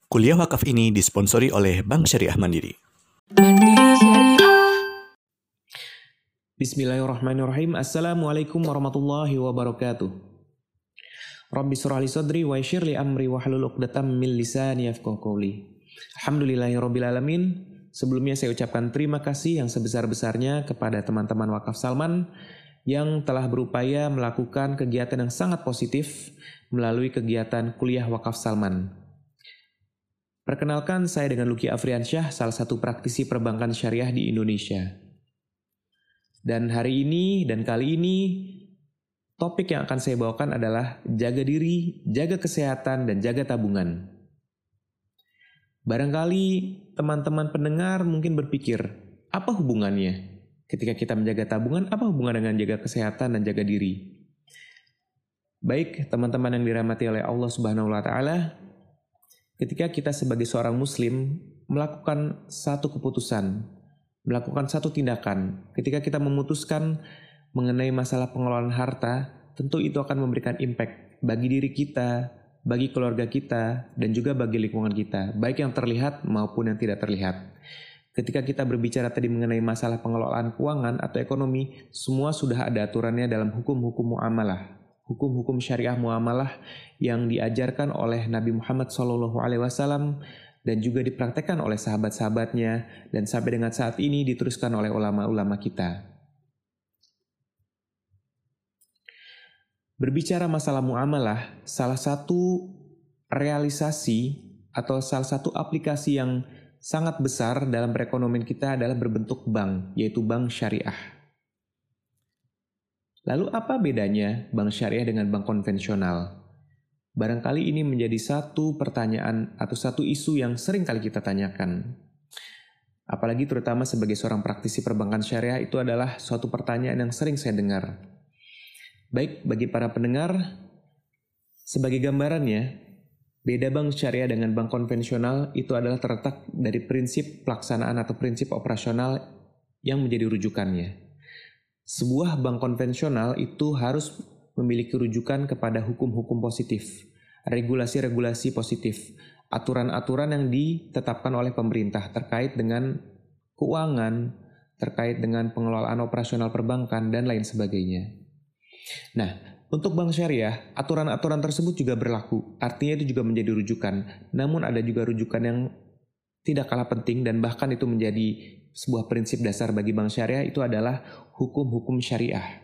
Kuliah wakaf ini disponsori oleh Bank Syariah Mandiri. Bismillahirrahmanirrahim. Assalamualaikum warahmatullahi wabarakatuh. Rabbi shrah li sadri wa yassir li amri wahlul 'uqdatam min lisani yafqahu qawli. Alhamdulillahirabbil alamin. Sebelumnya saya ucapkan terima kasih yang sebesar-besarnya kepada teman-teman Wakaf Salman yang telah berupaya melakukan kegiatan yang sangat positif melalui kegiatan kuliah Wakaf Salman. Perkenalkan, saya dengan Luki Afriansyah, salah satu praktisi perbankan syariah di Indonesia. Dan hari ini dan kali ini, topik yang akan saya bawakan adalah jaga diri, jaga kesehatan, dan jaga tabungan. Barangkali teman-teman pendengar mungkin berpikir, apa hubungannya? Ketika kita menjaga tabungan, apa hubungan dengan jaga kesehatan dan jaga diri? Baik, teman-teman yang dirahmati oleh Allah Subhanahu wa Ta'ala, ketika kita sebagai seorang Muslim melakukan satu keputusan, melakukan satu tindakan, ketika kita memutuskan mengenai masalah pengelolaan harta, tentu itu akan memberikan impact bagi diri kita, bagi keluarga kita, dan juga bagi lingkungan kita, baik yang terlihat maupun yang tidak terlihat. Ketika kita berbicara tadi mengenai masalah pengelolaan keuangan atau ekonomi, semua sudah ada aturannya dalam hukum-hukum muamalah. Hukum-hukum syariah muamalah yang diajarkan oleh Nabi Muhammad SAW dan juga dipraktekkan oleh sahabat-sahabatnya dan sampai dengan saat ini diteruskan oleh ulama-ulama kita. Berbicara masalah muamalah, salah satu realisasi atau salah satu aplikasi yang sangat besar dalam perekonomian kita adalah berbentuk bank, yaitu bank syariah. Lalu apa bedanya bank syariah dengan bank konvensional? Barangkali ini menjadi satu pertanyaan atau satu isu yang sering kali kita tanyakan. Apalagi terutama sebagai seorang praktisi perbankan syariah, itu adalah suatu pertanyaan yang sering saya dengar. Baik, bagi para pendengar, sebagai gambarannya, beda bank syariah dengan bank konvensional itu adalah terletak dari prinsip pelaksanaan atau prinsip operasional yang menjadi rujukannya. Sebuah bank konvensional itu harus memiliki rujukan kepada hukum-hukum positif, regulasi-regulasi positif, aturan-aturan yang ditetapkan oleh pemerintah terkait dengan keuangan, terkait dengan pengelolaan operasional perbankan, dan lain sebagainya. Nah, untuk bank syariah, aturan-aturan tersebut juga berlaku, artinya itu juga menjadi rujukan. Namun ada juga rujukan yang tidak kalah penting dan bahkan itu menjadi sebuah prinsip dasar bagi bank syariah, itu adalah hukum-hukum syariah.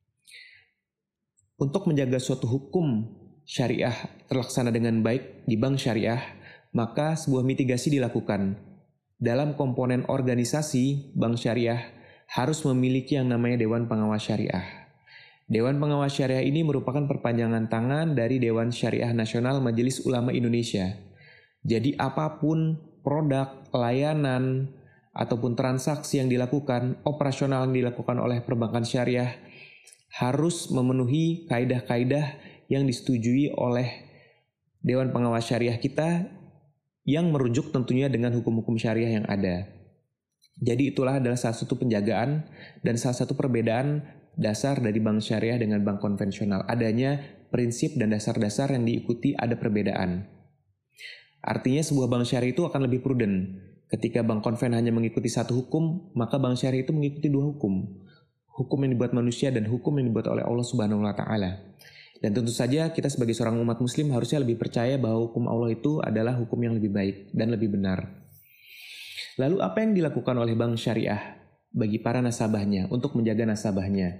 Untuk menjaga suatu hukum syariah terlaksana dengan baik di bank syariah, maka sebuah mitigasi dilakukan. Dalam komponen organisasi, bank syariah harus memiliki yang namanya Dewan Pengawas Syariah. Dewan Pengawas Syariah ini merupakan perpanjangan tangan dari Dewan Syariah Nasional Majelis Ulama Indonesia. Jadi apapun produk, layanan, ataupun transaksi yang dilakukan, operasional yang dilakukan oleh perbankan syariah harus memenuhi kaidah-kaidah yang disetujui oleh Dewan Pengawas Syariah kita yang merujuk tentunya dengan hukum-hukum syariah yang ada. Jadi itulah adalah salah satu penjagaan dan salah satu perbedaan dasar dari bank syariah dengan bank konvensional. Adanya prinsip dan dasar-dasar yang diikuti ada perbedaan. Artinya sebuah bank syariah itu akan lebih prudent. Ketika bank konven hanya mengikuti satu hukum, maka bank syariah itu mengikuti dua hukum. Hukum yang dibuat manusia dan hukum yang dibuat oleh Allah Subhanahu wa Ta'ala. Dan tentu saja kita sebagai seorang umat muslim harusnya lebih percaya bahwa hukum Allah itu adalah hukum yang lebih baik dan lebih benar. Lalu apa yang dilakukan oleh bank syariah bagi para nasabahnya untuk menjaga nasabahnya?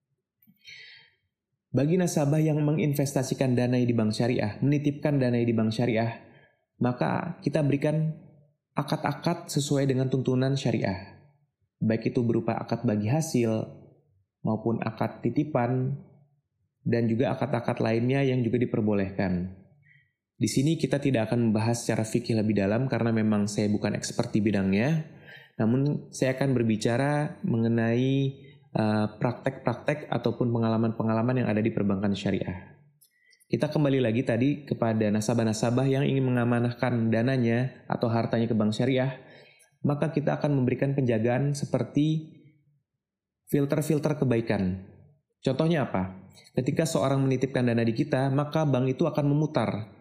Bagi nasabah yang menginvestasikan dana di bank syariah, menitipkan dana di bank syariah, maka kita berikan akad-akad sesuai dengan tuntunan syariah. Baik itu berupa akad bagi hasil, maupun akad titipan, dan juga akad-akad lainnya yang juga diperbolehkan. Di sini kita tidak akan membahas secara fikih lebih dalam karena memang saya bukan expert di bidangnya. Namun saya akan berbicara mengenai praktek-praktek ataupun pengalaman-pengalaman yang ada di perbankan syariah. Kita kembali lagi tadi kepada nasabah-nasabah yang ingin mengamanahkan dananya atau hartanya ke bank syariah, maka kita akan memberikan penjagaan seperti filter-filter kebaikan. Contohnya apa? Ketika seorang menitipkan dana di kita, maka bank itu akan memutar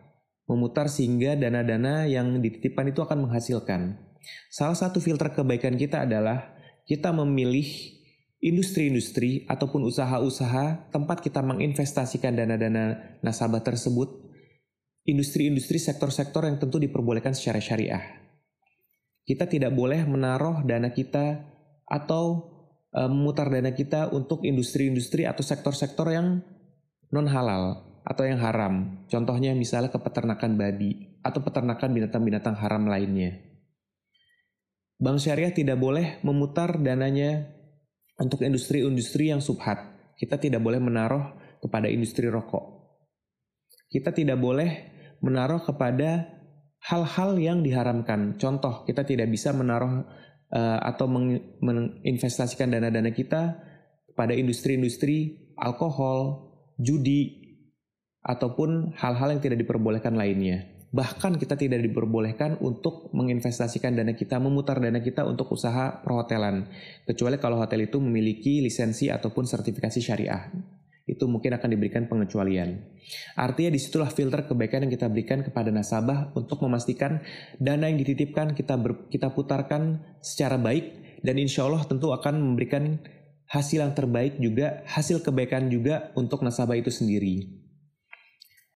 memutar sehingga dana-dana yang dititipkan itu akan menghasilkan. Salah satu filter kebaikan kita adalah kita memilih industri-industri ataupun usaha-usaha tempat kita menginvestasikan dana-dana nasabah tersebut, industri-industri sektor-sektor yang tentu diperbolehkan secara syariah. Kita tidak boleh menaruh dana kita atau memutar dana kita untuk industri-industri atau sektor-sektor yang non-halal atau yang haram. Contohnya misalnya ke peternakan babi atau peternakan binatang-binatang haram lainnya. Bank syariah tidak boleh memutar dananya untuk industri-industri yang subhat. Kita tidak boleh menaruh kepada industri rokok. Kita tidak boleh menaruh kepada hal-hal yang diharamkan. Contoh, kita tidak bisa menaruh atau menginvestasikan dana-dana kita kepada industri-industri alkohol, judi, ataupun hal-hal yang tidak diperbolehkan lainnya. Bahkan kita tidak diperbolehkan untuk menginvestasikan dana kita, memutar dana kita untuk usaha perhotelan. Kecuali kalau hotel itu memiliki lisensi ataupun sertifikasi syariah. Itu mungkin akan diberikan pengecualian. Artinya disitulah filter kebaikan yang kita berikan kepada nasabah untuk memastikan dana yang dititipkan kita putarkan secara baik. Dan insya Allah tentu akan memberikan hasil yang terbaik juga, hasil kebaikan juga untuk nasabah itu sendiri.